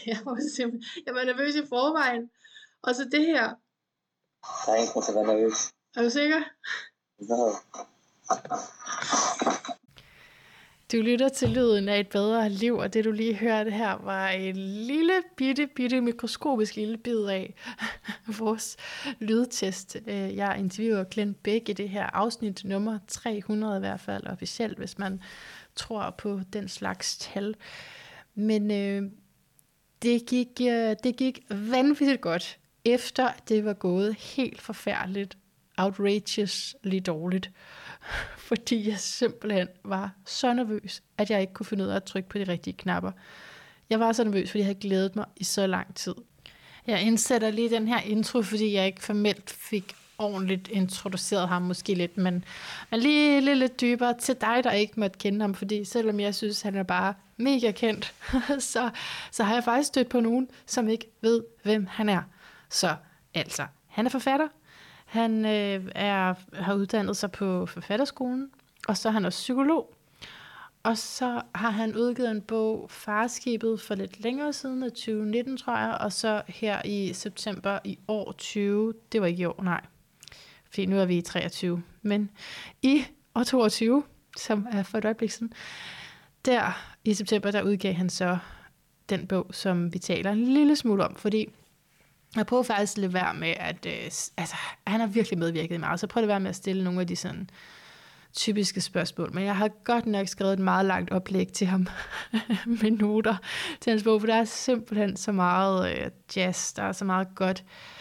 Jeg var nervøs i forvejen. Og så det her. Der er ingen grund til at være nervøs. Er du sikker? Nå. Du lytter til lyden af et bedre liv, og det du lige hørte her var en lille, bitte, mikroskopisk lille bid af vores lydtest. Jeg interviewer Glenn Bæk i det her afsnit, nummer 300 i hvert fald, officielt, hvis man tror på den slags tal. Men det gik vanvittigt godt, efter det var gået helt forfærdeligt, outrageously dårligt. Fordi jeg simpelthen var så nervøs, at jeg ikke kunne finde ud af at trykke på de rigtige knapper. Jeg var så nervøs, fordi jeg havde glædet mig i så lang tid. Jeg indsætter lige den her intro, fordi jeg ikke formelt fik ordentligt introduceret ham, måske lidt, men lige lidt dybere til dig, der ikke måtte kende ham, fordi selvom jeg synes, han er bare mega kendt, så har jeg faktisk stødt på nogen, som ikke ved, hvem han er. Så altså, han er forfatter. Han har uddannet sig på forfatterskolen, og så er han også psykolog. Og så har han udgivet en bog, Farskibet, for lidt længere siden, af 2019, tror jeg, og så her i september i år 20, det var ikke i år, nej, fordi nu er vi i 23, men i år 22, som er for et øjeblik siden, der i september, der udgav han så den bog, som vi taler en lille smule om, fordi jeg prøver faktisk at lade være med, at han har virkelig medvirket i meget, så prøv at lade være med at stille nogle af de sådan typiske spørgsmål, men jeg har godt nok skrevet et meget langt oplæg til ham med noter til hans bog, for der er simpelthen så meget jazz, der er så meget godt.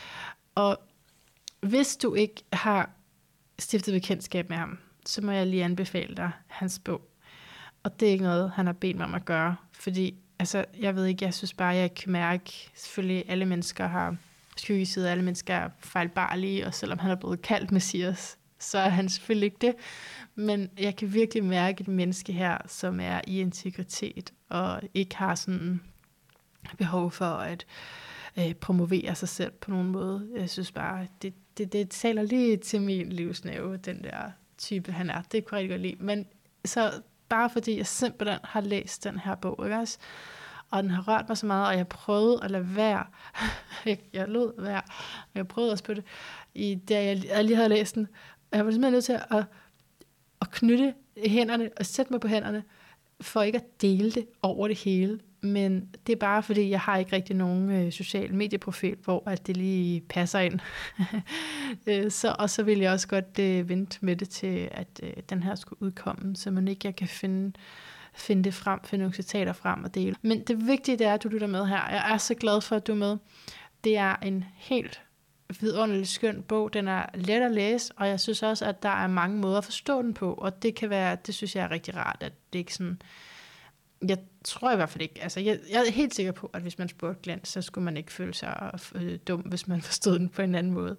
Og hvis du ikke har stiftet bekendtskab med ham, så må jeg lige anbefale dig hans bog. Og det er ikke noget, han har bedt mig om at gøre, fordi jeg ved ikke, jeg synes bare, jeg kan mærke, selvfølgelig alle mennesker har skyggesider, alle mennesker er fejlbarlige, og selvom han er blevet kaldt Messias, så er han selvfølgelig ikke det. Men jeg kan virkelig mærke et menneske her, som er i integritet, og ikke har sådan behov for at promovere sig selv på nogen måde. Jeg synes bare, det taler lige til min livsnerve, den der type han er. Det kunne jeg rigtig godt lide. Men så bare fordi jeg simpelthen har læst den her bog, ikke også? Og den har rørt mig så meget, og jeg prøvede at lade være. Jeg lod være, og jeg prøvede også på det, da jeg lige havde læst den. Jeg var simpelthen nødt til at knytte hænderne og sætte mig på hænderne, for ikke at dele det over det hele. Men det er bare fordi, jeg har ikke rigtig nogen social medieprofil, hvor at det lige passer ind. Og så vil jeg også godt vente med det til, at den her skulle udkomme, så man ikke jeg kan finde det frem, finde nogle citater frem og dele. Men det vigtige det er, at du lytter med her. Jeg er så glad for, at du er med. Det er en helt vidunderlig skøn bog. Den er let at læse, og jeg synes også, at der er mange måder at forstå den på, og det kan være, det synes jeg er rigtig rart, at det ikke sådan, jeg tror i hvert fald ikke, jeg er helt sikker på, at hvis man spurgte Glenn, så skulle man ikke føle sig dum, hvis man forstod den på en anden måde.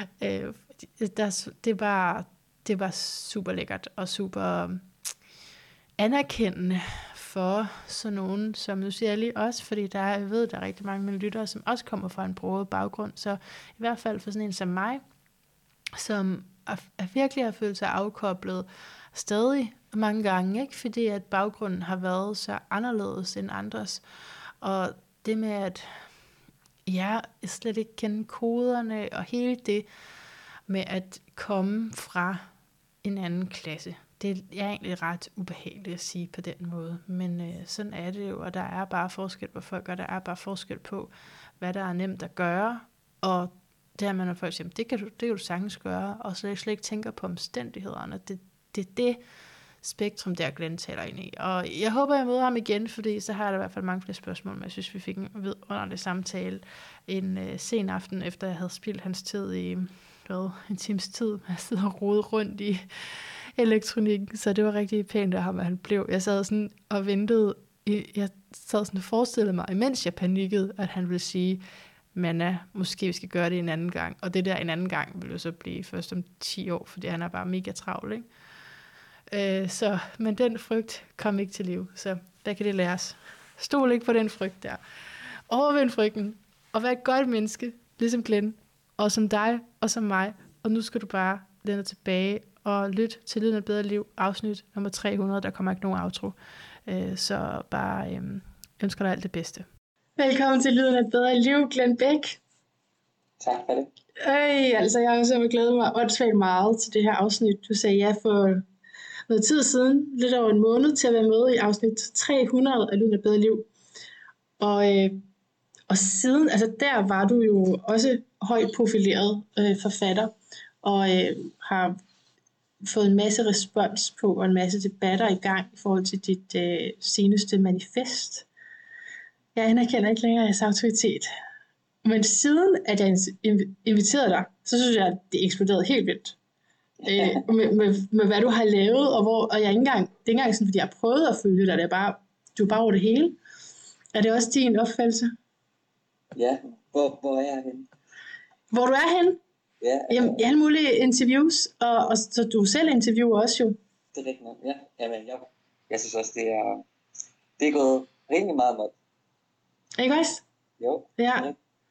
Det var super lækkert, og super anerkendende for sådan nogen, som nu siger jeg lige også, fordi jeg ved, der er rigtig mange mine lyttere, som også kommer fra en broget baggrund, så i hvert fald for sådan en som mig, som virkelig har følt sig afkoblet stadig mange gange, ikke? Fordi at baggrunden har været så anderledes end andres, og det med at slet ikke kende koderne, og hele det med at komme fra en anden klasse, det er egentlig ret ubehageligt at sige på den måde, men sådan er det jo, og der er bare forskel på folk, og der er bare forskel på, hvad der er nemt at gøre, og det her med, når folk siger, det kan du sagtens gøre, og så slet ikke tænker på omstændighederne, det spektrum, der Glenn taler ind i. Og jeg håber, jeg møder ham igen, fordi så har jeg da i hvert fald mange flere spørgsmål, men jeg synes, vi fik en vidunderlig samtale en sen aften, efter jeg havde spildt hans tid i en times tid, med at sidde og rode rundt i elektronikken, så det var rigtig pænt af ham, at han blev. Jeg sad sådan og ventede, jeg sad sådan og forestillede mig, imens jeg panikkede, at han ville sige, Manna, måske vi skal gøre det en anden gang. Og det der en anden gang vil jo så blive først om 10 år, fordi han er bare mega travl, ikke? Men den frygt kom ikke til liv, så hvad kan det læres? Stol ikke på den frygt der. Overvind frygten, og vær et godt menneske, ligesom Glenn, og som dig, og som mig. Og nu skal du bare læne dig tilbage og lytte til Lyden af et bedre liv, afsnit nummer 300, der kommer ikke nogen outro. Så bare ønsker dig alt det bedste. Velkommen til Lyden af et bedre liv, Glenn Bæk. Tak for det. Altså jeg har simpelthen glædet mig åndssvagt meget til det her afsnit. Du sagde ja for noget tid siden, lidt over en måned, til at være med i afsnit 300 af Lyden af et bedre liv. Og siden, altså der var du jo også højt profileret forfatter, og har fået en masse respons på, og en masse debatter i gang i forhold til dit seneste manifest. Jeg anerkender ikke længere jeres autoritet. Men siden at jeg inviterede dig, så synes jeg, at det eksploderede helt vildt. Med hvad du har lavet, og jeg det er ikke engang sådan, fordi jeg har prøvet at følge dig, du er bare over det hele. Er det også din opfattelse? Ja, hvor er jeg henne? Hvor du er henne? Ja, Jamen, i alle mulige interviews, og så du selv interviewer også jo. det er rigtigt nok. Ja, jamen, jeg synes også, det er gået rimelig meget mod. Ikke også? Jo. Ja.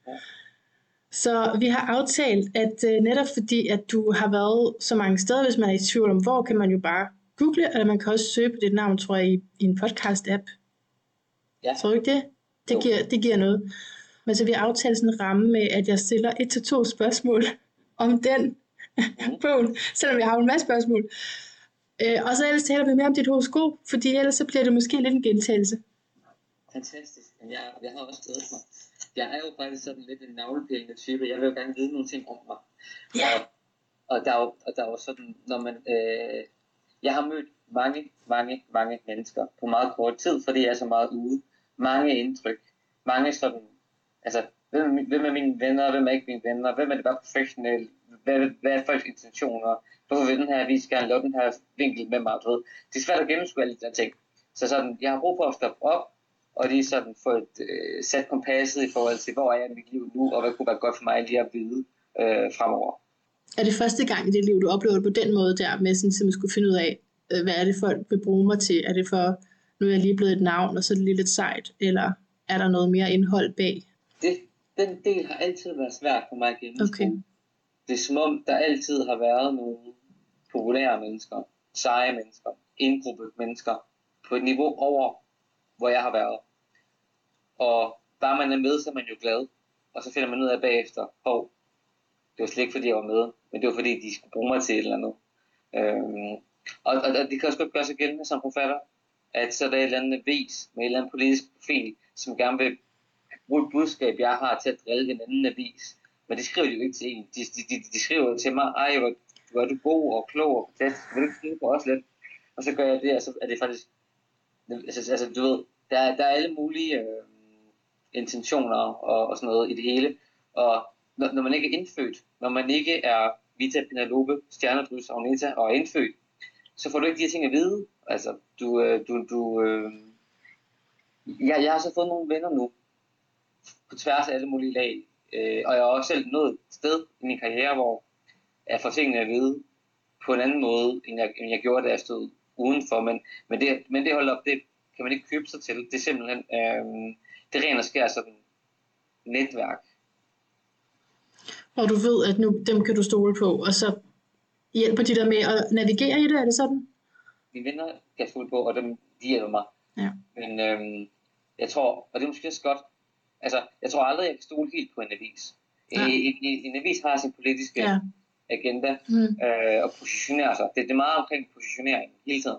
Så vi har aftalt, at netop fordi, at du har været så mange steder, hvis man er i tvivl om, hvor kan man jo bare google, eller man kan også søge på dit navn, tror jeg, i en podcast-app. Ja. Tror du ikke det? Det giver noget. Men så vi har aftalt sådan en ramme med, at jeg stiller 1-2 spørgsmål om den bogen, selvom jeg har en masse spørgsmål. Og så ellers taler vi mere om dit horoskop, fordi ellers så bliver det måske lidt en gentagelse. Fantastisk. Jeg har også glædet mig. Jeg er jo faktisk sådan lidt en navlepillende type. Jeg vil jo gerne vide nogle ting om mig. Ja. Og der er jo sådan, når man... jeg har mødt mange mennesker på meget kort tid, fordi jeg er så meget ude. Mange indtryk. Mange sådan... Altså, hvem er mine venner, hvem er ikke mine venner, hvem er det bare professionelt, hvad er folks intentioner, hvorfor vil den her avis gerne lave den her vinkel med mig, du ved. Det er svært at gennemskue alle de der ting. Så sådan, jeg har brug for at stoppe op, og lige sådan få sat kompasset i forhold til, hvor er jeg i mit liv nu, og hvad kunne være godt for mig lige at vide fremover. Er det første gang i dit liv, du oplever det på den måde der, med sådan, at man skulle finde ud af, hvad er det folk vil bruge mig til? Er det for, nu er jeg lige blevet et navn, og så er det lige lidt sejt, eller er der noget mere indhold bag? Den del har altid været svært for mig at gennemskue. Okay. Det er som om, der altid har været nogle populære mennesker, seje mennesker, indgruppe mennesker, på et niveau over, hvor jeg har været. Og bare man er med, så er man jo glad. Og så finder man ud af bagefter, det var slet ikke fordi jeg var med, men det var fordi de skulle bruge mig til et eller andet. Og det kan også godt gøre sig gældende som forfatter, at så er der et eller andet avis med et eller andet politisk profil, som gerne vil bruge et budskab, jeg har til at drille en anden avis. Men det skriver de jo ikke til en. De skriver jo til mig, hvor er du god og klog og fantastisk, vil du ikke skrive på os lidt? Og så gør jeg det, og så er det faktisk, altså du ved, der er alle mulige intentioner og sådan noget i det hele. Og når man ikke er indfødt, når man ikke er Vita, Penelope, Stjernedrys, Agneta og er indfødt, så får du ikke de her ting at vide. Altså, jeg har så fået nogle venner nu, på tværs af alle mulige lag, og jeg har også selv nået et sted i min karriere, hvor jeg får tingene at vide på en anden måde, end jeg gjorde, da jeg stod udenfor. Men det hold op, det kan man ikke købe sig til. Det er simpelthen, det ren og skær sådan netværk. Og du ved, at nu dem kan du stole på, og så hjælper de dig med at navigere i det, er det sådan? Mine venner kan jeg stole på, og de hjælper mig. Ja. Men jeg tror, og det er måske også godt, altså jeg tror aldrig, jeg kan stole helt på en avis. Ja. En avis har sin politiske agenda, og positionerer sig. Det er meget omkring positionering hele tiden.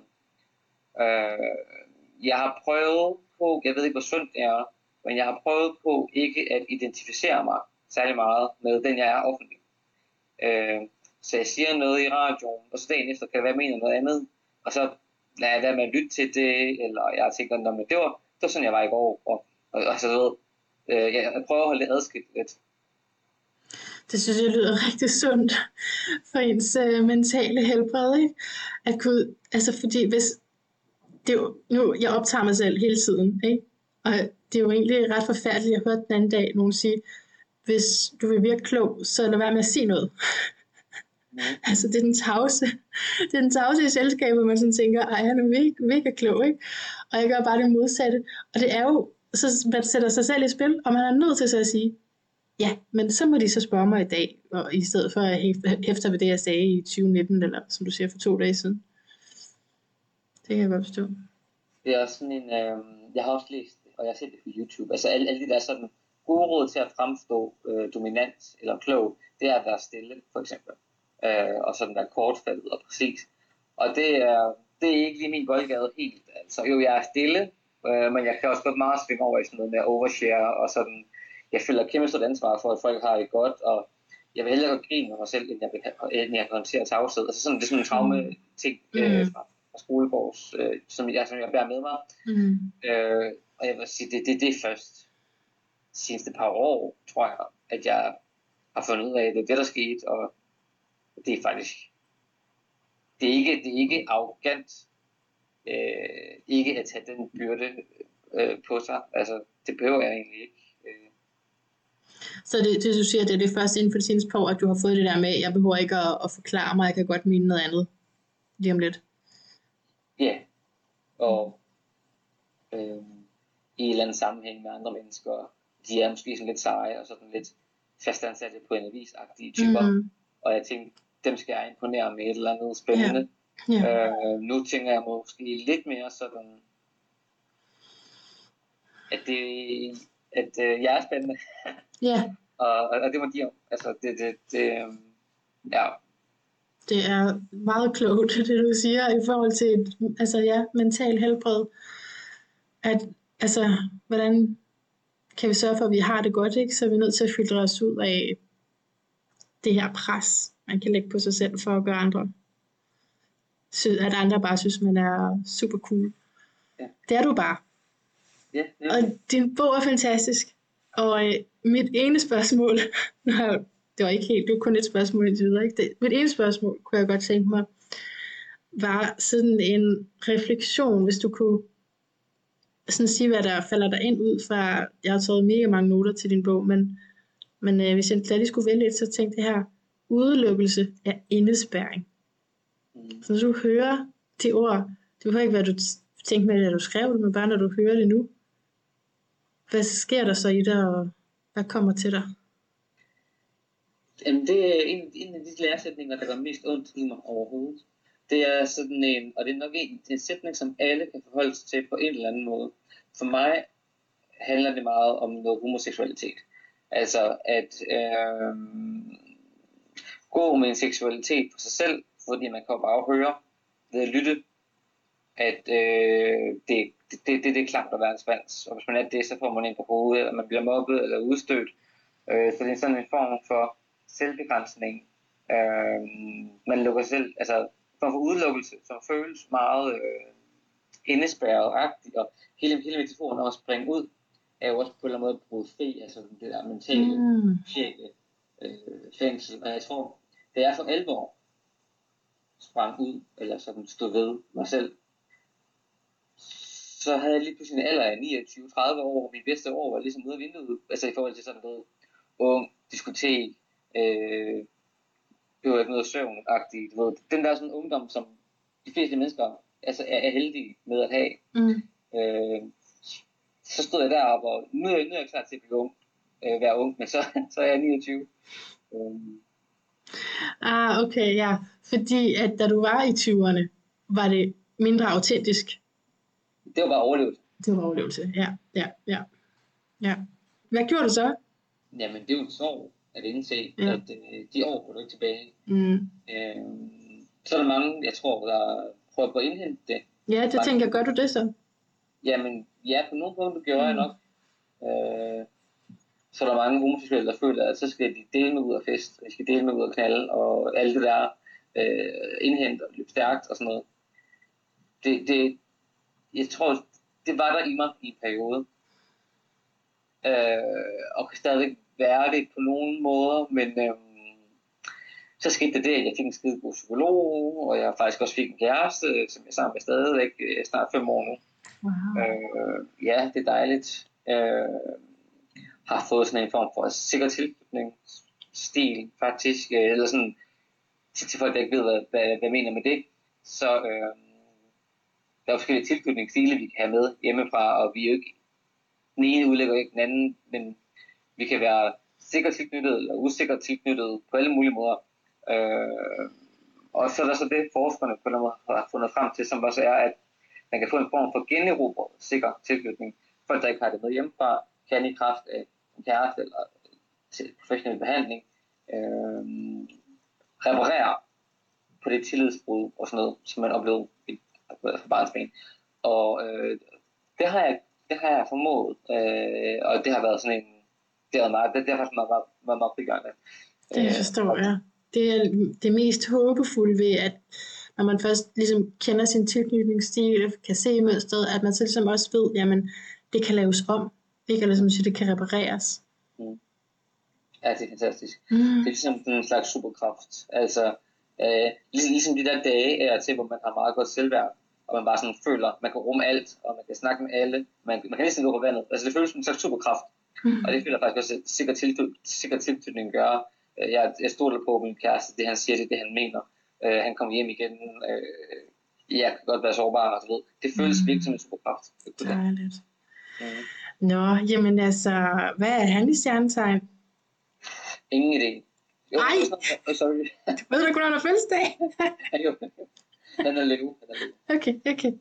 Jeg har prøvet på, jeg ved ikke hvor sundt det er, men jeg har prøvet på ikke at identificere mig særlig meget med den jeg er offentlig. Så jeg siger noget i radioen, og så dagen efter kan det være, at jeg mener noget andet, og så lader jeg være med at lytte til det, eller jeg tænker, men det var sådan jeg var i går, og så ved jeg prøver at holde det adskilt lidt. Det synes jeg lyder rigtig sundt for ens mentale helbred, ikke? At kunne, altså fordi hvis det er jo, nu jeg optager mig selv hele tiden, ikke? Og det er jo egentlig ret forfærdeligt. Jeg hørte den anden dag nogen sige, hvis du vil virke klog, så lad være med at sige noget. Altså det er den tavse i selskabet, man sådan tænker, han er mega klog, ikke? Og jeg gør bare det modsatte. Og det er jo, så man sætter sig selv i spil, og man er nødt til så at sige, ja, men så må de så spørge mig i dag, og i stedet for at hæfte ved det, jeg sagde i 2019, eller som du siger for 2 dage siden. Det kan jeg godt forstå. Det er også sådan en, jeg har også læst og jeg har set det på YouTube, altså alle de der sådan gode råd til at fremstå dominant eller klog, det er at være stille, for eksempel. Og sådan være kortfattet og præcis. Og det er ikke lige min boldgade helt. Altså jo, jeg er stille, men jeg kan også godt meget svinge over i sådan noget med overshare, og sådan, jeg føler kæmpe stort ansvar for, at folk har det godt, og jeg vil hellere godt grine med mig selv, end jeg kan håndtere tavshed. Altså sådan, det er sådan en traume-ting fra skolegårds, som jeg bærer med mig. Og jeg vil sige, det er først seneste par år, tror jeg, at jeg har fundet ud af, at det er det, der skete, og det er faktisk, det er ikke arrogant, ikke at tage den byrde på sig. Altså, det behøver jeg egentlig ikke. Så det du siger, det er det første inden for det seneste par år, at du har fået det der med, jeg behøver ikke at forklare mig, jeg kan godt mene noget andet lige om lidt. Ja, og i en eller anden sammenhæng med andre mennesker, de er måske sådan lidt seje og sådan lidt fastansatte på en avis-agtige typer, og jeg tænkte, dem skal jeg imponere med et eller andet spændende. Nu tænker jeg måske lidt mere sådan, at jeg er spændende. Og det må de om. Altså, ja. Det er meget klogt, det du siger, i forhold til mental helbred. At, altså, hvordan kan vi sørge for, at vi har det godt, ikke? Så er vi nødt til at filtre os ud af det her pres, man kan lægge på sig selv for at gøre andre. At andre bare synes, man er super cool. Ja. Det er du bare. Ja. Og din bog er fantastisk. Og mit ene spørgsmål, det var ikke helt, det var kun et spørgsmål indtil videre, ikke? Mit ene spørgsmål, kunne jeg godt tænke mig, var sådan en refleksion, hvis du kunne sådan sige, hvad der falder dig ind ud fra, jeg har taget mega mange noter til din bog, men hvis jeg lige skulle vælge et, så tænkte jeg her, udelukkelse af indespærring. Så når du hører de ord, det behøver ikke være, du tænkte med, at du skrev det, men bare når du hører det nu, hvad sker der så i dig, og hvad kommer til dig? Jamen, det er en af de læresætninger, der gør mest ondt i mig overhovedet. Det er sådan en, og det er nok en sætning, som alle kan forholde sig til på en eller anden måde. For mig handler det meget om noget homoseksualitet. Altså at gå med en seksualitet på sig selv, fordi man kan bare høre ved at lytte, at det er klart at være en svans. Og hvis man er det, så får man ind på hovedet, eller man bliver mobbet eller udstødt. Så det er sådan en form for selvbegrænsning. Man lukker selv, altså en form for udelukkelse, som føles meget indespærret-agtigt, og hele metaforen om at springe ud, er jo også på en eller anden måde brudt fri, altså det der mentale, sjæle, fængsel. Og jeg tror, det er for alvor sprang ud, eller sådan stod ved mig selv, så havde jeg lige pludselig en alder af 29-30 år, og mit bedste år var ligesom ude af vinduet, altså i forhold til sådan noget ung, diskotek, det var ikke noget søvn-agtigt, du ved. Den der sådan ungdom, som de fleste mennesker altså er heldige med at have. Så stod jeg deroppe, og nu er jeg klar til at blive ung, være ung, men så er jeg 29. Okay, ja. Fordi at da du var i 20'erne, var det mindre autentisk? Det var bare overlevelse. Det var overlevelse, ja. Hvad gjorde du så? Jamen, det er jo en sorg at indse, at de år går du ikke tilbage. Så er der mange, jeg tror, der prøver på at indhente det. Ja, det tænker jeg, gør du det så? Jamen, ja, på nogle punkter gjorde jeg nok. Så er der mange homoseksuelle, der føler, at så skal de dele med ud af fest, og de skal dele med ud af knalde, og alt det der indhente og løbe stærkt og sådan noget. Jeg tror, det var der i mig i en periode. Og kan stadig være det på nogle måder, men så skete det, at jeg fik en skide god psykolog, og jeg faktisk også fik en kæreste, som jeg sammen med stadigvæk snart 5 år nu. Wow. Ja, det er dejligt. Har fået sådan en form for sikker tilknytningsstil, faktisk, eller sådan, til folk, der ikke ved, hvad jeg mener med det, så der er forskellige tilknytningsstile, vi kan have med hjemmefra, og vi er jo ikke, den ene udlægger ikke den anden, men vi kan være sikkert tilknyttet, eller usikkert tilknyttet på alle mulige måder. Og så er der så det, forskerne på den måde har fundet frem til, som også er, at man kan få en form for generobret sikker tilknytning, folk, der ikke har det med hjemmefra, kan i kraft af en kæreste eller til professionel behandling reparere på det tillidsbrud og sådan noget, som man oplevede fra barnsben. Og det har jeg formået, og det har været sådan en, det har faktisk meget frigørende. Det forstår jeg. Det er det mest håbefulde ved, at når man først ligesom kender sin tilknytningsstil, kan se mønstret, at man så ligesom også ved, jamen det kan laves om, ikke? Eller som siger, det kan repareres. Ja, det er fantastisk. Det er ligesom en slags superkraft. Altså, ligesom de der dage er til, hvor man har meget godt selvværd, og man bare sådan føler, man kan rumme alt, og man kan snakke med alle, man kan næsten gå på vandet. Altså det føles som en slags superkraft, og det føler jeg faktisk også, at sikker tilknytning gør. Jeg stoler på min kæreste, det han siger, det han mener. Han kommer hjem igen, jeg kan godt være sårbar, og så ved. Det føles virkelig som en superkraft. Dejligt. Nå, jamen altså, hvad er han i stjernetegn? Ingen idé. Nej! Sorry. Ved du ikke, hvornår han har fødselsdag? Jo. Han er Leo. Okay.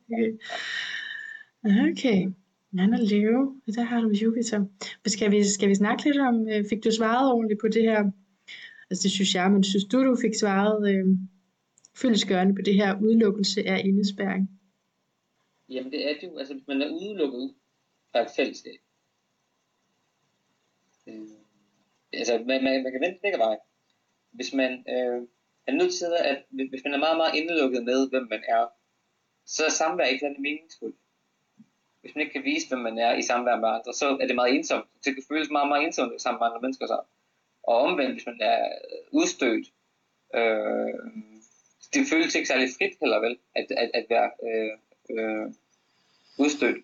Han er Leo. Der har du Jupiter. Skal vi snakke lidt om, fik du svaret ordentligt på det her? Altså det synes jeg, men synes du fik svaret fyldestgørende på det her udelukkelse af indespærring? Jamen det er det jo, altså hvis man er udelukket fra et fællesskab. Altså man kan vente begge veje. Hvis man er nødt til at, hvis man er meget, meget indelukket med, hvem man er, så er samvær ikke særlig meningsfuldt. Hvis man ikke kan vise, hvem man er i samvær med andre, så er det meget ensomt. Det kan føles meget, meget ensomt sammen med andre mennesker. Så. Og omvendt, hvis man er udstødt, det føles ikke særlig frit heller vel, at være udstødt.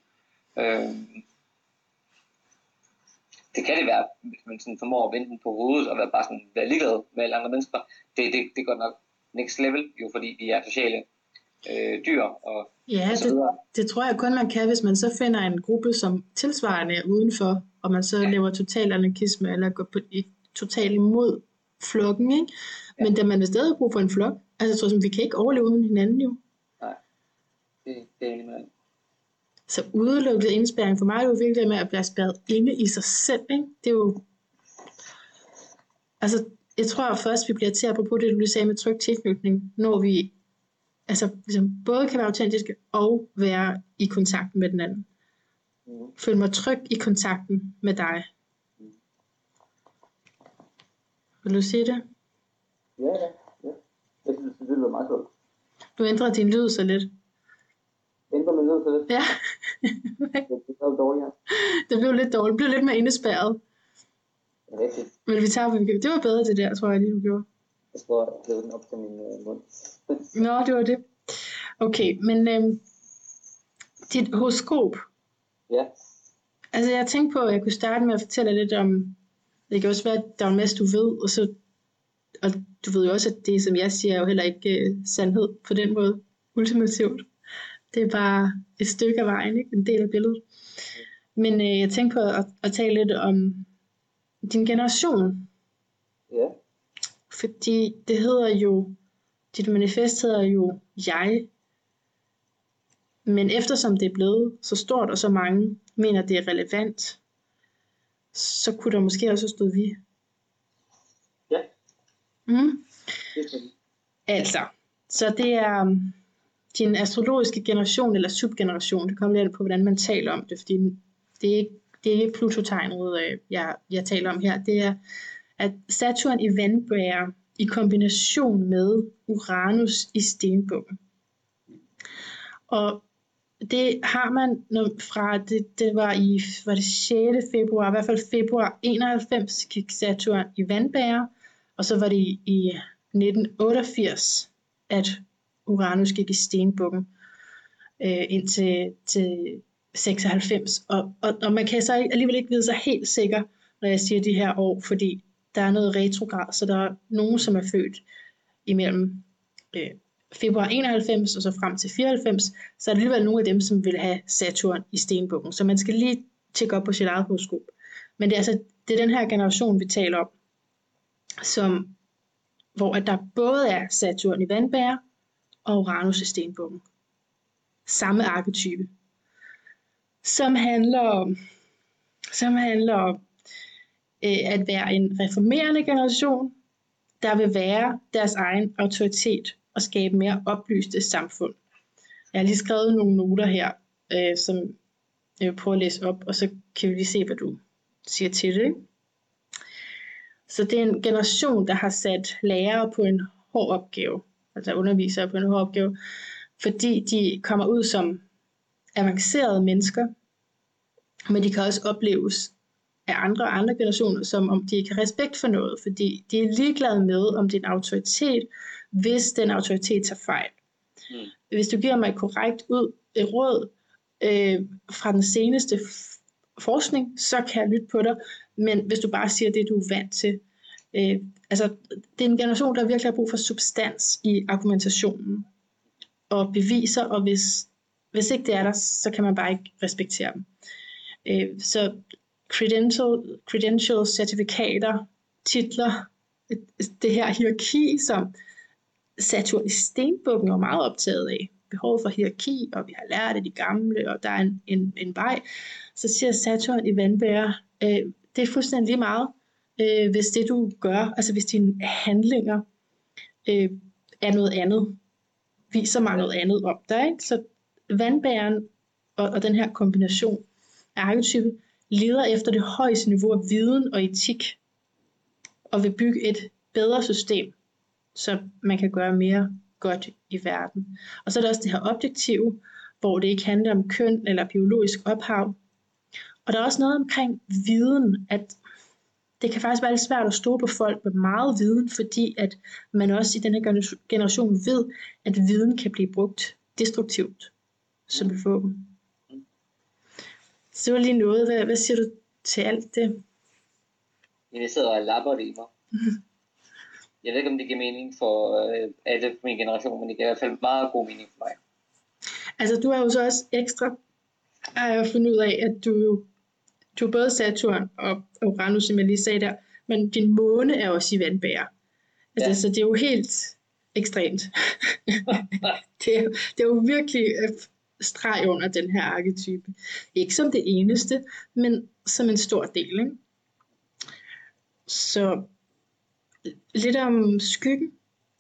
Det kan det være, hvis man sådan formår at vende den på hovedet og være ligeglad med alle andre mennesker. Det går nok next level, jo fordi vi er sociale dyr og så videre. Det tror jeg kun man kan, hvis man så finder en gruppe som tilsvarende er udenfor, og man så laver total anarkisme eller går totalt imod flokken, ikke? Ja. Men da man er stadig brug for en flok, altså jeg tror som vi kan ikke overleve uden hinanden jo. Nej, det er enig med. Så udelukket indspærring for mig er jo virkelig med at blive spærret inde i sig selv, ikke? Det er jo, altså jeg tror først vi bliver til at på det du lige sagde med tryg tilknytning, når vi altså ligesom både kan være autentiske og være i kontakt med den anden. Føl mig tryg i kontakten med dig. Vil du sige det? Ja. Jeg synes, det lyder meget godt. Du ændrer din lyd så lidt. Ændrer min lyd så lidt? Ja. Det blev dårligere. Det blev lidt dårligt. Det blev lidt mere indespærret. Rigtigt. Men det var bedre det der, tror jeg lige du gjorde. Jeg tror, jeg hævde den op til min mund. Nå, det var det. Okay, men dit horoskop. Ja. Altså jeg tænkte på, at jeg kunne starte med at fortælle lidt om, det kan også være, at der er en masse du ved, og du ved jo også, at det som jeg siger er jo heller ikke sandhed på den måde, ultimativt. Det er bare et stykke af vejen, ikke? En del af billedet. Men jeg tænkte på at tale lidt om din generation. Ja. Fordi det hedder jo, dit manifest hedder jo jeg. Men eftersom det er blevet så stort, og så mange mener, det er relevant, så kunne der måske også stå vi. Ja. Altså, så det er din astrologiske generation eller subgeneration. Det kommer lidt på, hvordan man taler om det, fordi det er ikke Pluto-tegnet, jeg taler om her. Det er, at Saturn i vandbærer i kombination med Uranus i stenbukken. Og det har man fra, det var det 6. februar, i hvert fald februar 91 gik Saturn i vandbærer, og så var det i 1988, at Uranus gik i stenbukken indtil 96. Og man kan så alligevel ikke vide sig helt sikker, når jeg siger de her år, fordi der er noget retrograd, så der er nogen, som er født imellem februar 91 og så frem til 94, så er der alligevel nogle af dem, som vil have Saturn i stenbukken. Så man skal lige tjekke op på sit eget horoskop. Men det er den her generation, vi taler om, hvor at der både er Saturn i vandbærer og Uranus i stenbukken. Samme arketype. som handler om at være en reformerende generation, der vil være deres egen autoritet og skabe mere oplyste samfund. Jeg har lige skrevet nogle noter her, som jeg vil prøve at læse op, og så kan vi lige se, hvad du siger til det. Så det er en generation, der har sat lærere på en hård opgave, altså undervisere på en hård opgave, fordi de kommer ud som avancerede mennesker, men de kan også opleves af andre generationer, som om de ikke har respekt for noget, fordi de er ligeglade med, om det er en autoritet, hvis den autoritet tager fejl. Hvis du giver mig et korrekt råd fra den seneste forskning, så kan jeg lytte på dig, men hvis du bare siger det, du er vant til. Altså, det er en generation, der virkelig har brug for substans i argumentationen og beviser, og hvis ikke det er der, så kan man bare ikke respektere dem. Så credentials, certifikater, titler, det her hierarki, som Saturn i Stenbukken er meget optaget af. Behovet for hierarki, og vi har lært af de gamle, og der er en vej. Så siger Saturn i Vandbærer, det er fuldstændig lige meget, hvis det du gør, altså hvis dine handlinger er noget andet, viser mig noget andet om dig. Ikke? Så Vandbæren og den her kombination af arketype leder efter det højeste niveau af viden og etik, og vil bygge et bedre system, så man kan gøre mere godt i verden. Og så er der også det her objektive, hvor det ikke handler om køn eller biologisk ophav. Og der er også noget omkring viden, at det kan faktisk være lidt svært at stå på folk med meget viden, fordi at man også i den her generation ved, at viden kan blive brugt destruktivt som et våben. Så det var lige noget. Hvad siger du til alt det? Jeg sidder og lapper det i mig. Jeg ved ikke, om det giver mening for alle min generation, men det giver i hvert fald meget god mening for mig. Altså, du er jo så også ekstra, har jeg fundet ud af, at du er både Saturn og Uranus, som jeg lige sagde der, men din måne er også i Vandbærer. Altså, ja. Så det er jo helt ekstremt. det er jo virkelig streg under den her arketype. Ikke som det eneste, men som en stor del. Ikke? Så lidt om skyggen.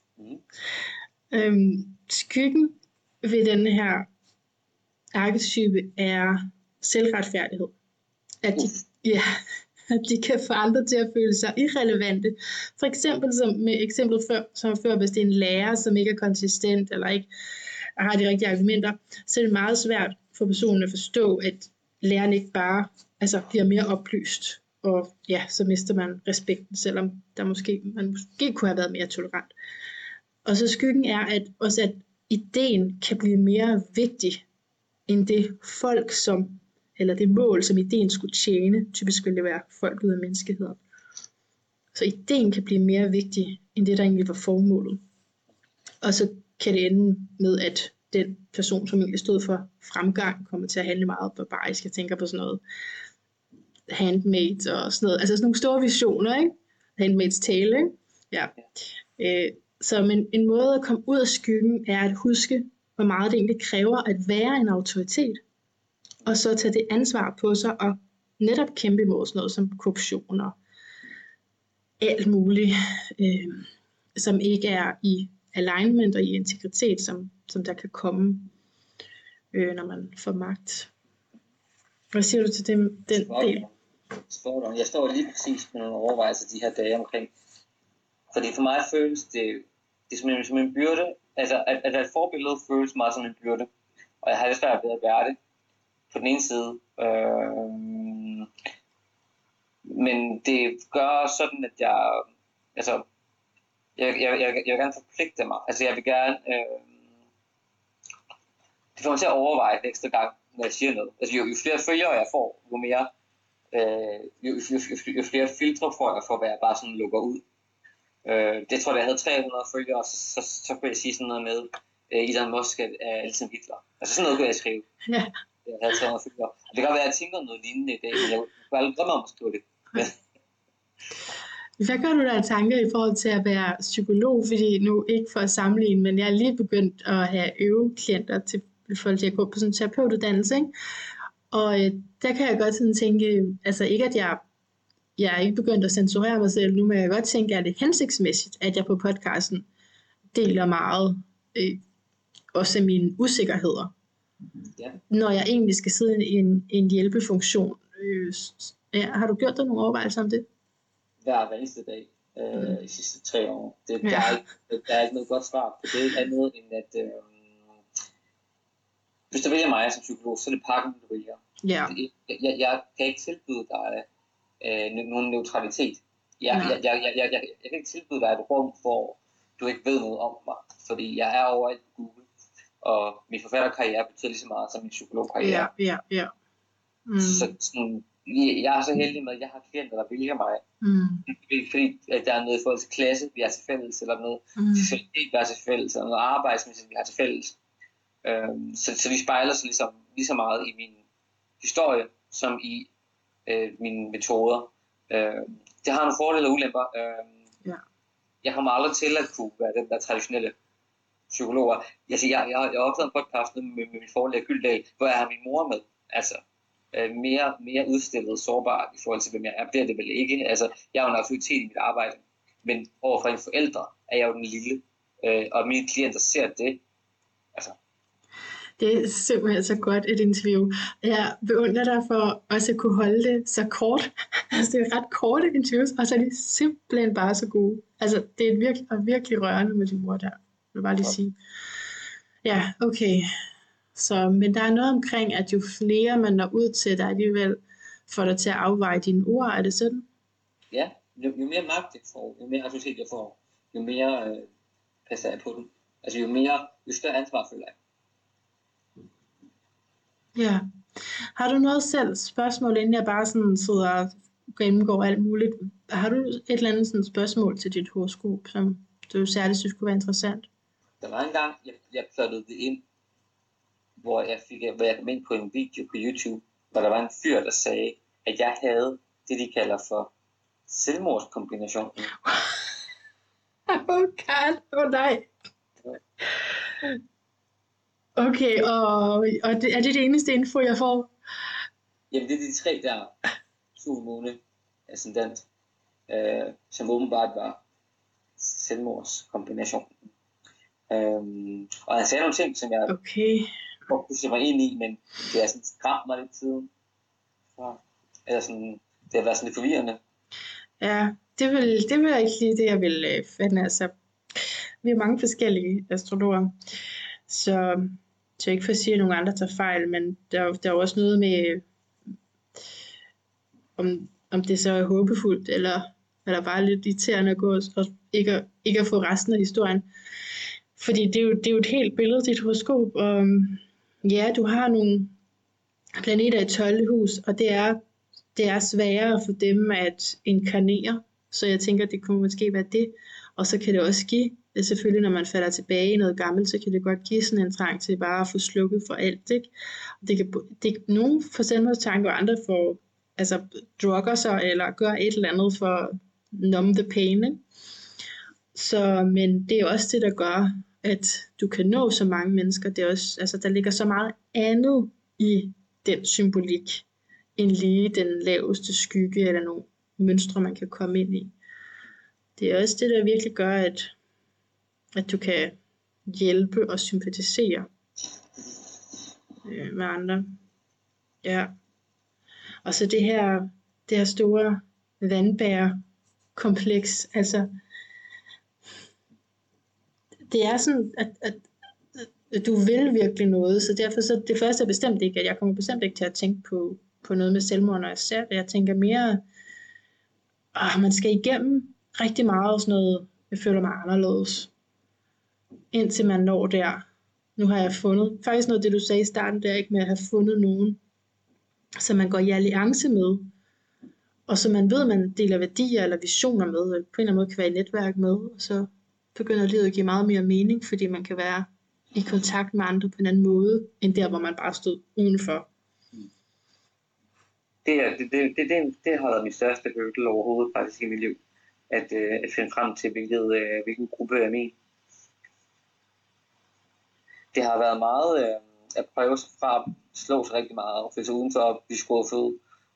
Skyggen ved den her arketype er selvretfærdighed. At de kan få andre til at føle sig irrelevante. For eksempel som med eksemplet før, hvis det er en lærer, som ikke er konsistent, eller ikke har de rigtige argumenter, så er det meget svært for personen at forstå, at læreren ikke bare bliver mere oplyst. Og ja, så mister man respekten, selvom man måske kunne have været mere tolerant. Og så skyggen er, at ideen kan blive mere vigtig, end det folk, eller det mål, som ideen skulle tjene. Typisk vil det være folk ud af menneskeheden. Så ideen kan blive mere vigtig, end det, der egentlig var formålet. Og så kan det ende med, at den person, som egentlig stod for fremgang, kommer til at handle meget barbarisk. Jeg tænker på sådan noget Handmaids og sådan noget. Altså sådan nogle store visioner, ikke? Handmaids Tale, ikke? Ja. Så en måde at komme ud af skyggen er at huske, hvor meget det egentlig kræver at være en autoritet. Og så tage det ansvar på sig og netop kæmpe imod sådan noget som korruption og alt muligt, som ikke er i alignment og i integritet, som der kan komme, når man får magt. Hvad siger du til den del? Jeg står lige præcis med nogle overvejelser de her dage omkring. Fordi for mig føles det som en byrde. Altså at et forbillede føles meget som en byrde. Og jeg har det svært ved at være det. På den ene side. Men det gør sådan, at jeg vil gerne forpligte mig. Altså jeg vil gerne... det får mig til at overveje en ekstra gang, når jeg siger noget. Altså jo flere følgere jeg får, jo mere... jo flere filtre får jeg for, hvad jeg bare sådan lukker ud. Det tror jeg havde 300 følgere, så kunne jeg sige sådan noget med Elon Musk er altid Hitler. Altså sådan noget kunne jeg skrive. Ja. Jeg havde 300 følgere. Det kan godt være, at jeg tænker noget lignende i dag, men jeg kunne aldrig drømme om at skrive det. Hvad gør du der af tanker i forhold til at være psykolog? Fordi nu ikke for at sammenligne, men jeg er lige begyndt at have øveklienter til folk, der går på sådan en terapeutuddannelse, ikke? Og der kan jeg godt sådan tænke, altså ikke at jeg er ikke begyndt at censurere mig selv nu, men jeg kan godt tænke, at det er hensigtsmæssigt, at jeg på podcasten deler meget, også af mine usikkerheder. Ja. Når jeg egentlig skal sidde i en hjælpefunktion. Har du gjort dig nogle overvejelser om det? Hver eneste dag de sidste 3 år. Der er ikke noget godt svar på det, andet end at hvis du vælger mig som psykolog, så er det pakken, du vælger. Ja. Jeg kan ikke tilbyde dig nogen neutralitet. Jeg kan ikke tilbyde dig et rum, hvor du ikke ved noget om mig, fordi jeg er overalt på Google, og min forfatterkarriere betyder lige så meget som min psykologkarriere. Ja. Så sådan, jeg er så heldig med, at jeg har klienter, der vælger mig. Fordi at der er noget i forhold til klasse, vi har til fælles, eller noget seksualitet, vi har til fælles, eller noget arbejdsmæssigt, vi har til fælles. Så vi spejler sig lige så meget i min historie, som i mine metoder. Det har nogle fordele og ulemper. Jeg kommer aldrig til at kunne være den der traditionelle psykologer. Jeg har optaget en podcast med min forlæg Gyldal, hvor jeg har min mor med. Altså, mere udstillet, sårbar i forhold til, hvem jeg er. Bliver det vel ikke. Altså, jeg er jo en autoritet i mit arbejde. Men overfor en forældre er jeg jo den lille. Og mine klienter ser det. Altså. Det er simpelthen så godt et interview. Jeg beundrer dig for også at kunne holde det så kort. Altså, det er ret korte interviews, og så er de simpelthen bare så gode. Altså, det er virkelig rørende med din mor der. Jeg vil bare lige sige. Ja, okay. Så, men der er noget omkring, at jo flere man når ud til, der alligevel får dig til at afveje dine ord. Er det sådan? Ja, jo mere magt jeg får, jo mere autoritet jeg får, jo mere passer jeg på den. Altså jo større ansvar føler jeg. Ja. Har du noget selv spørgsmål, inden jeg bare sådan sidder og gennemgår alt muligt? Har du et eller andet sådan spørgsmål til dit horoskop, som du særligt synes kunne være interessant? Der var en gang, jeg plottede det ind, hvor jeg kom ind på en video på YouTube, hvor der var en fyr, der sagde, at jeg havde det, de kalder for selvmordskombinationen. Nej. Okay, og er det eneste info, jeg får? Jamen, det er de 3 der, Sol, Måne, Ascendant, som åbenbart var selvmordskombinationen. Og han sagde nogle ting, som jeg godt kunne se mig ind i, men det har sådan skræmt mig lidt siden. Eller sådan, det har været sådan lidt forvirrende. Ja, det vil ikke lige det, jeg vil finde. Altså, vi er mange forskellige astrologer, så ikke for at sige, at nogle andre tager fejl, men der er også noget med, om det så er håbefuldt, eller bare lidt irriterende at gå og ikke at få resten af historien. Fordi det er jo et helt billede, dit horoskop, og ja, du har nogle planeter i 12. hus, og det er sværere for dem at inkarnere, så jeg tænker, det kunne måske være det, og så kan det også give, selvfølgelig når man falder tilbage i noget gammelt, så kan det godt give sådan en trang til bare at få slukket for alt, ikke? Det kan nogen får selvmordstanke, og andre får drugger sig, eller gør et eller andet for at numb the pain, ikke? Så, men det er også det, der gør, at du kan nå så mange mennesker. Det er også, der ligger så meget andet i den symbolik, end lige den laveste skygge, eller nogle mønstre, man kan komme ind i. Det er også det, der virkelig gør, at du kan hjælpe og sympatisere med andre. Ja. Og så det her store vandbærerkompleks, altså det er sådan, at du vil virkelig noget, så derfor så det første er bestemt ikke, at jeg kommer bestemt ikke til at tænke på noget med selvmord, når jeg ser det. Jeg tænker mere, man skal igennem rigtig meget sådan noget, jeg føler mig anderledes, indtil man når der. Nu har jeg fundet, faktisk noget af det du sagde i starten, det er ikke med at have fundet nogen, som man går i alliance med, og så man ved, man deler værdier eller visioner med, eller på en eller anden måde kan være i netværk med, og så begynder livet at give meget mere mening, fordi man kan være i kontakt med andre på en anden måde, end der, hvor man bare stod udenfor. Det har været min største hurdle overhovedet faktisk i mit liv, at finde frem til, hvilken gruppe er min. Det har været meget at prøve sig fra at slå sig rigtig meget, og sig udenfor at blive skuffet.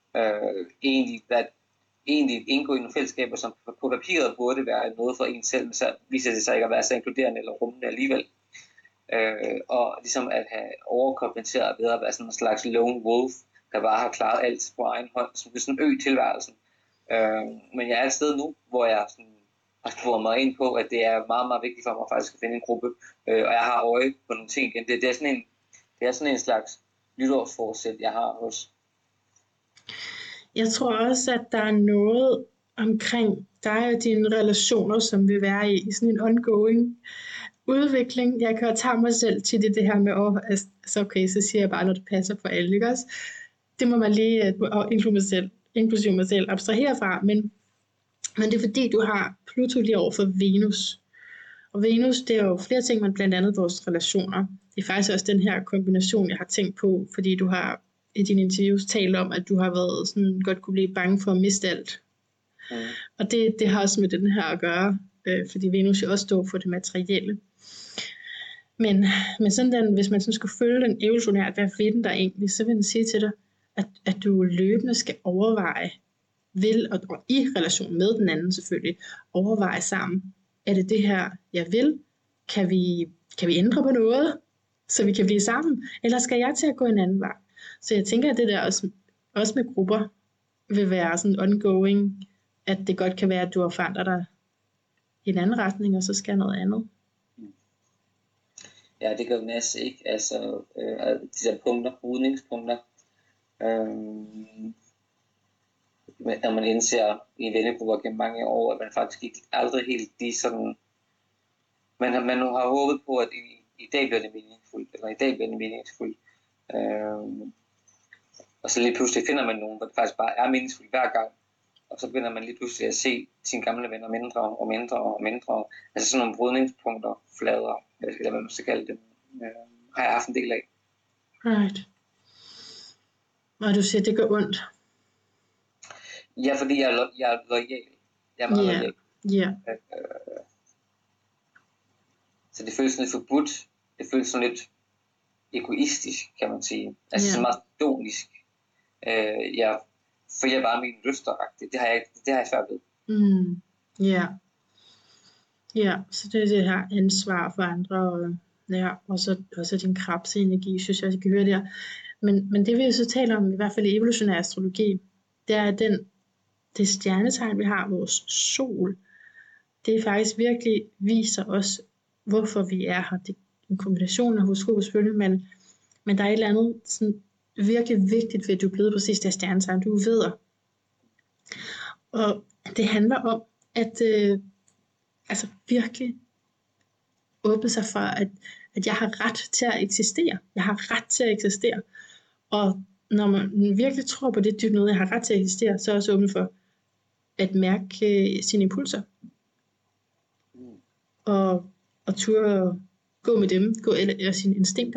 Egentlig indgå i nogle fællesskaber, som på papiret burde være noget for en selv, men så viser det sig ikke at være så inkluderende eller rummende alligevel. Og ligesom at have overkompenseret ved at være sådan en slags lone wolf, der bare har klaret alt på egen hånd, som er sådan en tilværelsen. Men jeg er et sted nu, hvor jeg sådan har sporet mig ind på, at det er meget, meget vigtigt for mig faktisk at finde en gruppe, og jeg har øje på nogle ting igen. Det er sådan en slags nytårsforsæt, jeg har hos. Jeg tror også, at der er noget omkring dig og dine relationer, som vil være i sådan en ongoing udvikling. Jeg kan jo tage mig selv til det her med, altså okay, så siger jeg bare, når det passer for alle, ikke også? Det må man lige, inklusive mig selv, abstrahere fra, men det er fordi, du har Pluto lige over for Venus. Og Venus, det er jo flere ting, men blandt andet vores relationer. Det er faktisk også den her kombination, jeg har tænkt på, fordi du har i dine interviews talt om, at du har været sådan, godt kunne blive bange for at miste alt. Og det har også med den her at gøre, fordi Venus jo også står for det materielle. Men sådan den, hvis man sådan skulle følge den evolutionært, hvad vil den der egentlig, så vil den sige til dig, at du løbende skal overveje, og i relation med den anden selvfølgelig, overveje sammen, er det her, jeg vil? Kan vi ændre på noget, så vi kan blive sammen? Eller skal jeg til at gå en anden vej? Så jeg tænker, at det der også med grupper vil være sådan ongoing, at det godt kan være, at du har forandret dig i en anden retning, og så skal noget andet. Ja, det gør Mads ikke. Altså, de der punkter, rodningspunkter. Når man indser i en vennegrupper gennem mange år, at man faktisk ikke aldrig helt de sådan... Man har håbet på, at i dag bliver det meningsfuldt, eller i dag bliver det meningsfuldt. Og så lige pludselig finder man nogen, hvor det faktisk bare er meningsfuldt hver gang. Og så begynder man lige pludselig at se sine gamle venner mindre og mindre og mindre. Altså sådan nogle brydningspunkter, flader, jeg skal lade, hvad man skal kalde det, har jeg haft en del af. Right. Og du siger, at det gør ondt. Ja, fordi jeg er loyal. Jeg er meget loyal. Ja. Så det føles sådan lidt forbudt. Det føles sådan lidt egoistisk, kan man sige. Altså sådan meget donisk. Jeg følger bare mine lyster-agtigt. Det har jeg svært ved. Ja, så det er det her ansvar for andre, og så din krebsenergi, synes jeg kan høre der. Men det vi så taler om, i hvert fald i evolutionær astrologi, det er det stjernetegn, vi har, vores sol, det faktisk virkelig viser os, hvorfor vi er her. Det er en kombination af horoskop selvfølgelig, men der er et eller andet sådan virkelig vigtigt ved, at du er blevet præcis det stjernetegn, du ved. Og det handler om, at virkelig åbne sig for, at jeg har ret til at eksistere. Jeg har ret til at eksistere. Og når man virkelig tror på det dybt noget, jeg har ret til at eksistere, så er jeg også åben for at mærke sine impulser. Og turde gå med dem, gå eller sine instinkter.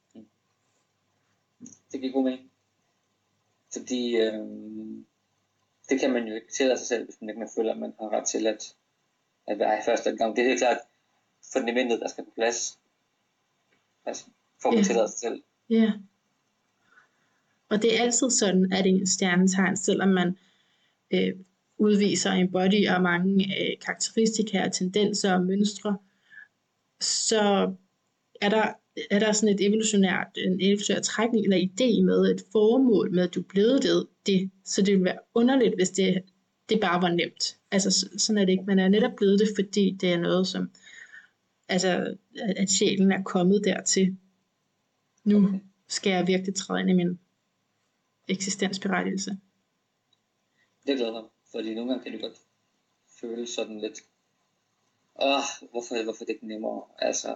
Det giver god mening. Fordi det kan man jo ikke tillade sig selv, hvis man ikke føler, at man har ret til at være i første gang. Det er helt klart fundamentet, der skal på plads. Altså, for at tillade sig selv. Ja. Og det er altid sådan, at en stjernetegn, selvom man udviser en body og mange karakteristika, tendenser og mønstre, så er der sådan en evolutionær trækning eller idé med et formål med, at du er blevet det. Så det ville være underligt, hvis det bare var nemt. Altså sådan er det ikke. Man er netop blevet det, fordi det er noget, som altså, at sjælen er kommet dertil. Nu skal jeg virkelig træde ind i min eksistensberettigelse. Det glæder mig, fordi nogle gange kan det godt føles sådan lidt, hvorfor er det ikke nemmere? Altså,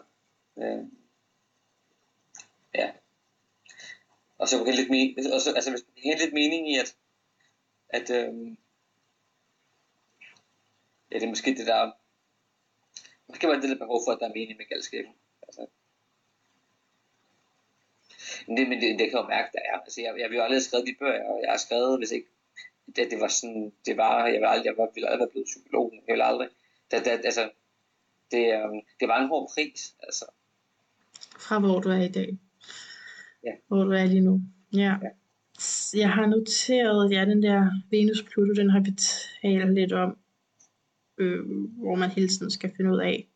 ja. Og så lidt hvis man har lidt mening i, at det er måske det der, måske var det lidt behov for, at der er mening med galskaben. Altså, men det kan jeg jo mærke, der er. Altså, jeg vil jo aldrig have skrevet de bøger, og jeg har skrevet, hvis ikke det var sådan, jeg ville aldrig være blevet psykolog. Jeg ville aldrig. Det var en hård pris, altså. Fra hvor du er i dag. Ja. Hvor du er lige nu. Ja. Ja. Jeg har noteret, den der Venus-Pluto, den har vi talt lidt om, hvor man hele tiden skal finde ud af,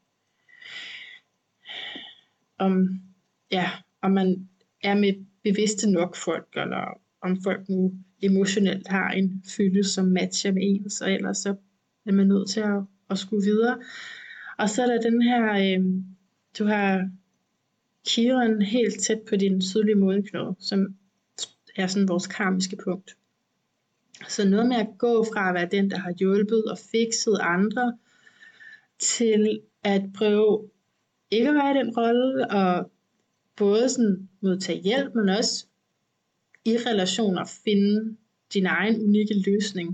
om man er med bevidste nok folk, eller om folk nu emotionelt har en fylde, som matcher med ens, og ellers så er man nødt til at skulle videre. Og så er der den her, du har Kiron helt tæt på din sydlige måneknude, som er sådan vores karmiske punkt. Så noget med at gå fra at være den, der har hjulpet og fikset andre, til at prøve ikke at være i den rolle, og både sådan modtage hjælp, men også i relationer finde din egen unikke løsning.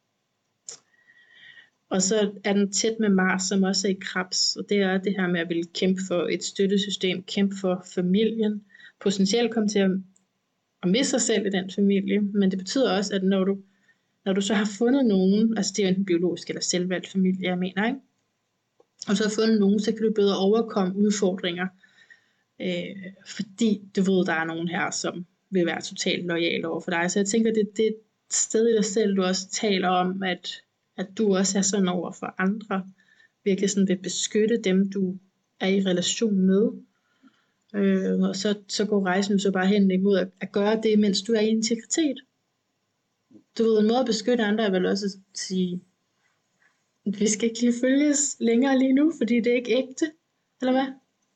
Og så er den tæt med Mars, som også er i Krebs, og det er det her med at ville kæmpe for et støttesystem, kæmpe for familien, potentielt komme til at miste sig selv i den familie, men det betyder også, at når du så har fundet nogen, altså det er enten biologisk eller selvvalgt familie, jeg mener, ikke? Og så har fundet nogen, så kan du bedre overkomme udfordringer, fordi du ved, der er nogen her, som vil være totalt loyal over for dig. Så jeg tænker, det er et sted i dig selv, du også taler om, at du også er sådan over for andre, virkelig sådan vil beskytte dem, du er i relation med. Og så går rejsen så bare hen imod at gøre det, mens du er i integritet. Du ved, en måde at beskytte andre er vel også at sige, vi skal ikke lige følges længere lige nu, fordi det er ikke ægte, eller hvad?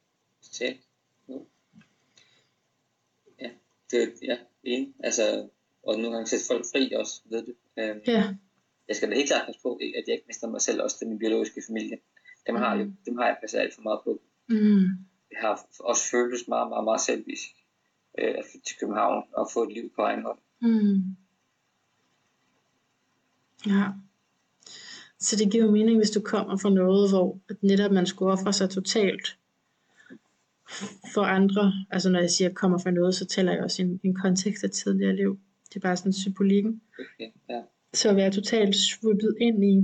Ja, det er enig. Altså, og nogle gange sætte folk fri også, ved du. Ja. Jeg skal da helt klart passe på, at jeg ikke mister mig selv også til min biologiske familie. Dem har jeg passet alt for meget på. Jeg har også føltes meget, meget, meget selvisk at flytte til København og få et liv på egen hånd. Ja. Så det giver jo mening, hvis du kommer fra noget, hvor at netop man skulle ofre sig totalt for andre. Altså når jeg siger kommer fra noget, så tæller jeg også en kontekst af tidligere liv. Det er bare sådan symbolikken. Okay, ja. Så at være totalt svuppet ind i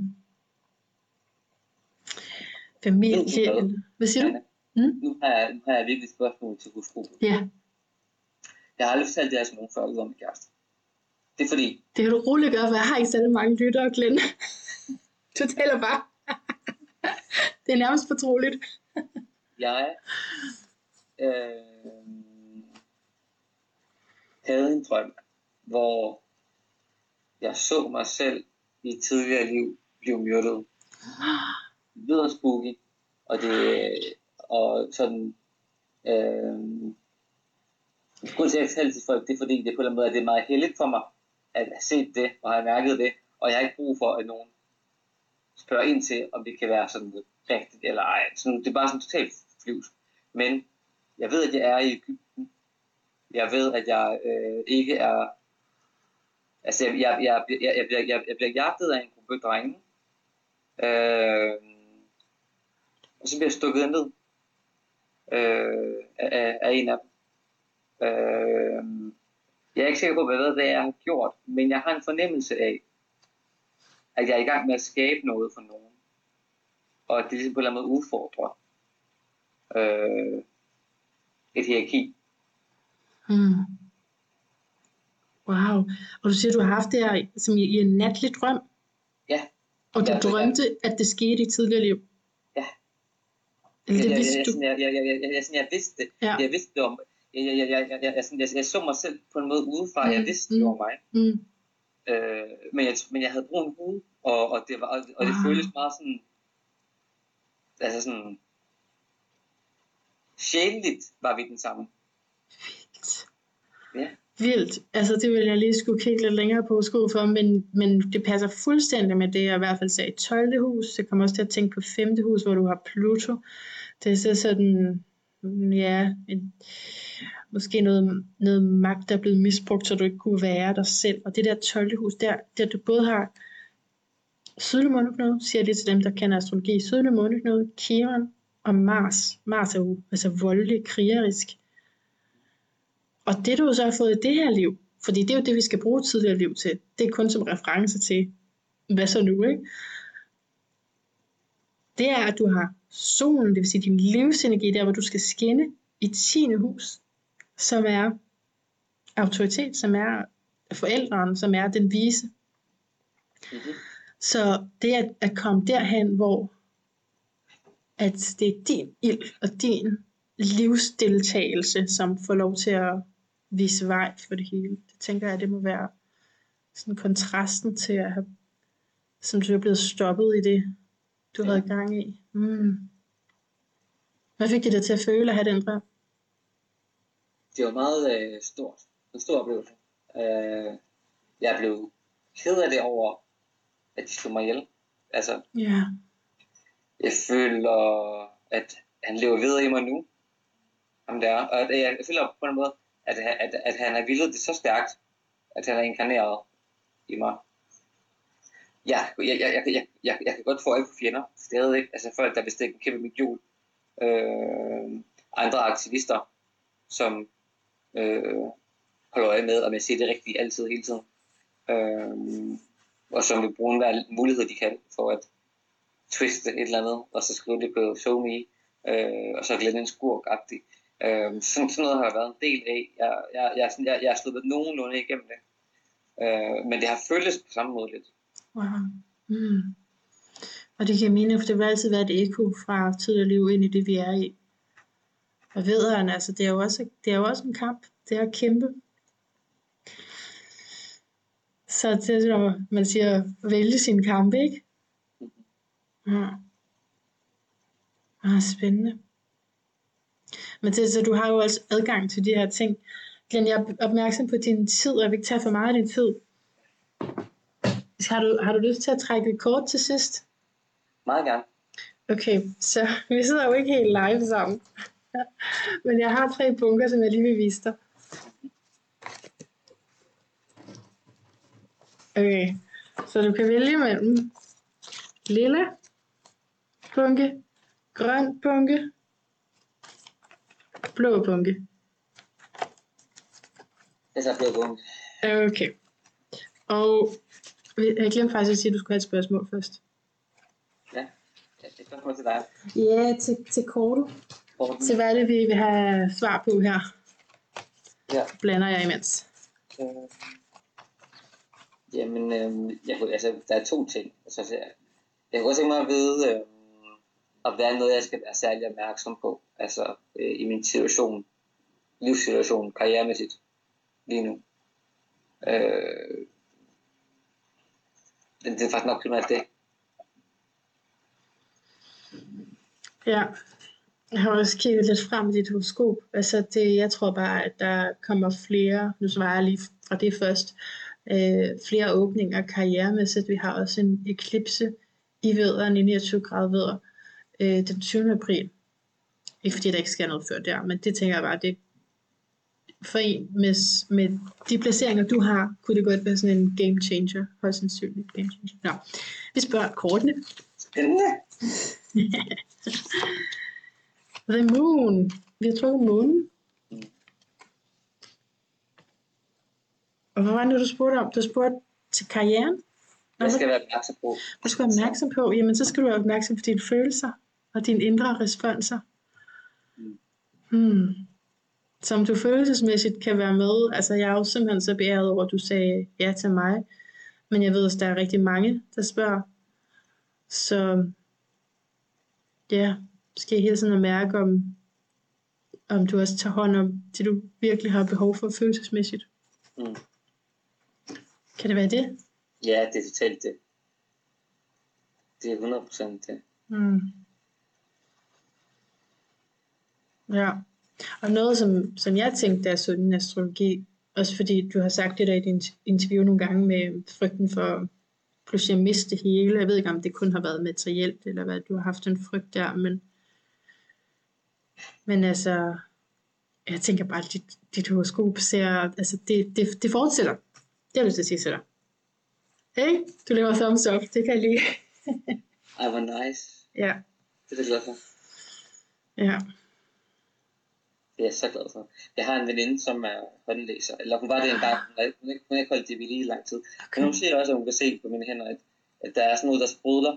familie. Hvad siger du? Nu har jeg virkelig et spørgsmål til horoskopet. Ja. Jeg har aldrig fortalt det her som nogen før ud om min kæreste. Det er fordi... Det kan du roligt gøre, for jeg har ikke særlig mange lyttere, Glenn. Du taler bare. Det er nærmest fortroligt. Jeg havde en drøm, hvor jeg så mig selv i et tidligere liv blive myrdet. Det lyder spooky, og sådan grunden til at jeg fortæller til folk, det er fordi det på en eller anden måde, at det er meget heldigt for mig at have set det og have mærket det, og jeg har ikke brug for at nogen spørger ind til, om det kan være sådan rigtigt eller ej. Sådan, det er bare sådan totalt flyvs. Men jeg ved, at jeg er i Egypten. Jeg ved, at jeg ikke er... Altså, jeg bliver jagtet af en gruppe drenge. Og så bliver jeg stukket ned af en af dem. Jeg er ikke sikker på, hvad jeg har gjort, men jeg har en fornemmelse af, at jeg er i gang med at skabe noget for nogen. Og at det ligesom på en eller anden måde udfordrer et hierarki. Wow. Og du siger, du har haft det her som i en natlig drøm? Ja. Og du drømte, at det skete i tidligere liv? Ja. Eller det vidste du? Jeg vidste det. Ja. Jeg vidste det om... Jeg så mig selv på en måde udefra. Jeg vidste det var mig. Men jeg havde brun hud, og det føltes meget sådan... Altså sådan... Sjældent var vi den samme. Vildt. Ja. Vildt. Altså det vil jeg lige skulle kigge lidt længere på sko for, men det passer fuldstændig med det, jeg i hvert fald sagde i 12. hus. Jeg kommer også til at tænke på 5. hus, hvor du har Pluto. Det er så sådan... Ja, måske noget magt, der er blevet misbrugt, så du ikke kunne være dig selv. Og det der 12. hus, der du både har sydlig måneknude, siger jeg lige til dem, der kender astrologi, sydlig måneknude, Kiron og Mars. Mars er jo altså voldelig, krigerisk. Og det du så har fået i det her liv, fordi det er jo det, vi skal bruge tidligere liv til, det er kun som reference til, hvad så nu, ikke? Det er, at du har solen, det vil sige din livsenergi, der hvor du skal skinne i 10. hus, som er autoritet, som er forældrene, som er den vise. Mm-hmm. Så det at komme derhen, hvor at det er din ild og din livsdeltagelse, som får lov til at vise vej for det hele. Det tænker jeg, det må være sådan kontrasten til at have, som du er blevet stoppet i det, du havde gang i. Hvad fik det dig til at føle at have den drøm? Det var meget en stor oplevelse. Jeg blev ked af det over, at de slog mig ihjel. Altså, jeg føler, at han lever videre i mig nu. Ham der. Og jeg føler på en måde, at han har villet det så stærkt, at han er inkarneret i mig. Ja, jeg kan godt få øje på fjender, stadig. Altså folk, der vil stikke en kæmpe mit hjul. Andre aktivister, som holder øje med, om jeg siger det rigtigt altid, hele tiden. Og som vil bruge enhver mulighed, de kan, for at twiste et eller andet, og så skrive det på SoMe, og så glemme en skurk-agtig. Sådan noget har jeg været en del af. Jeg har sluppet nogenlunde igennem det. Men det har føltes på samme måde lidt. Wow. Og det giver mening, for det vil altid være et ekko fra tidligere liv ind i det, vi er i. Og vederen, altså, det er jo også en kamp. Det er at kæmpe. Så det er, når man siger, vælge sin kamp, ikke? Spændende. Men det, så du har jo også adgang til de her ting. Glenn, jeg er opmærksom på din tid, og jeg vil ikke tage for meget af din tid. Har du lyst til at trække et kort til sidst? Meget gerne. Okay, så vi sidder jo ikke helt live sammen. Men jeg har 3 bunker, som jeg lige vil vise dig. Okay, så du kan vælge mellem lilla bunke, grøn bunke, blå bunke. Jeg tager blå bunke. Okay. Og jeg glemte faktisk at sige, at du skulle have et spørgsmål først. Ja, det er et spørgsmål til dig. Ja, til kortet. Til hvad er det, vi vil have svar på her? Ja. Blander jeg imens. Jamen, der er 2 ting. Altså, jeg kunne også tænke mig at vide, om der er noget, jeg skal være særlig opmærksom på. Altså, i min situation, livssituation, karrieremæssigt, lige nu. Det er faktisk nok primært det. Ja, jeg har også kigget lidt frem i dit horoskop. Altså jeg tror bare, at der kommer flere, nu svarer jeg lige fra det først, flere åbninger karrieremæssigt. Vi har også en eklipse i vædderen, i 29 grader vædder, den 20. april. Ikke fordi der ikke sker noget før der, men det tænker jeg bare, det for en med de placeringer, du har, kunne det godt være sådan en game changer. Højst sandsynligt game changer. Nå, vi spørger kortene. Spændende. The moon. Vi har trukket månen. Og hvad var det, du spurgte om? Du spurgte til karrieren? Hvad skal jeg være opmærksom på? Hvad skal du være opmærksom på? Jamen, så skal du være opmærksom på dine følelser og dine indre responser. Som du følelsesmæssigt kan være med. Altså, jeg er jo simpelthen så beæret over, at du sagde ja til mig. Men jeg ved, at der er rigtig mange, der spørger. Så ja, skal jeg hele tiden at mærke, om du også tager hånd om det, du virkelig har behov for følelsesmæssigt. Kan det være det? Ja, det er totalt det. Det er 100% det. Ja. Og noget, som jeg tænkte, er sådan astrologi, også fordi du har sagt det der i din interview nogle gange med frygten for pludselig at miste det hele. Jeg ved ikke, om det kun har været materielt, eller hvad du har haft en frygt der, men altså, jeg tænker bare, at dit horoskop ser, altså det fortsætter. Det har du til at sige til dig. Hey, du laver thumbs up, det kan jeg lide. Ej, hvor nice. Ja. Det er jeg glad for. Ja. Det er jeg så glad for. Jeg har en veninde, som er håndlæser. Eller hun var det en gang. Hun har ikke holdt det ved lige i lang tid. Okay. Men hun siger også, at hun kan se på mine hænder, at der er sådan noget, der sprudler.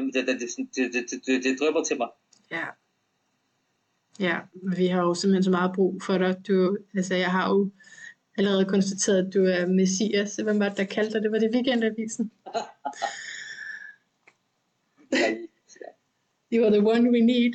Det drypper til mig. Ja. Ja, vi har jo simpelthen så meget brug for dig. Altså jeg har jo allerede konstateret, at du er Messias. Hvem var det, der kaldte dig det? Var det Weekendavisen? You are the one we need.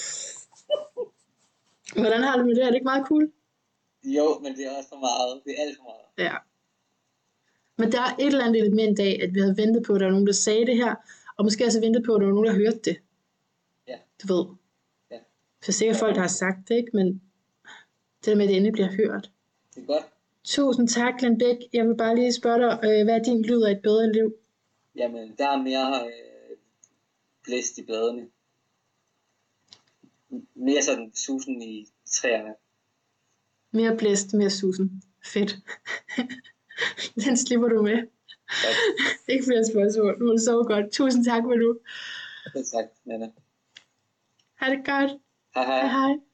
Hvordan har du med det? Er det ikke meget cool? Jo, men det er også for meget. Det er alt for meget. Ja. Men der er et eller andet element af, at vi havde ventet på, at der var nogen, der sagde det her, og måske også ventet på, at der var nogen, der hørte det. Ja. Du ved. Ja. Så sikkert folk, der har sagt det, ikke? Men det der med, at det endelig bliver hørt. Det er godt. Tusind tak, Glenn Bæk. Jeg vil bare lige spørge dig, hvad er din lyd af et bedre liv? Jamen, der er mere blæst i bladene. Mere sådan susen i træerne. Mere blæst, mere susen. Fedt. Den slipper du med. Tak. Ikke flere spørgsmål. Nu må du sove godt. Tusind tak for nu. Tak, Nana. Ha' det godt. Hej hej. Hej hej.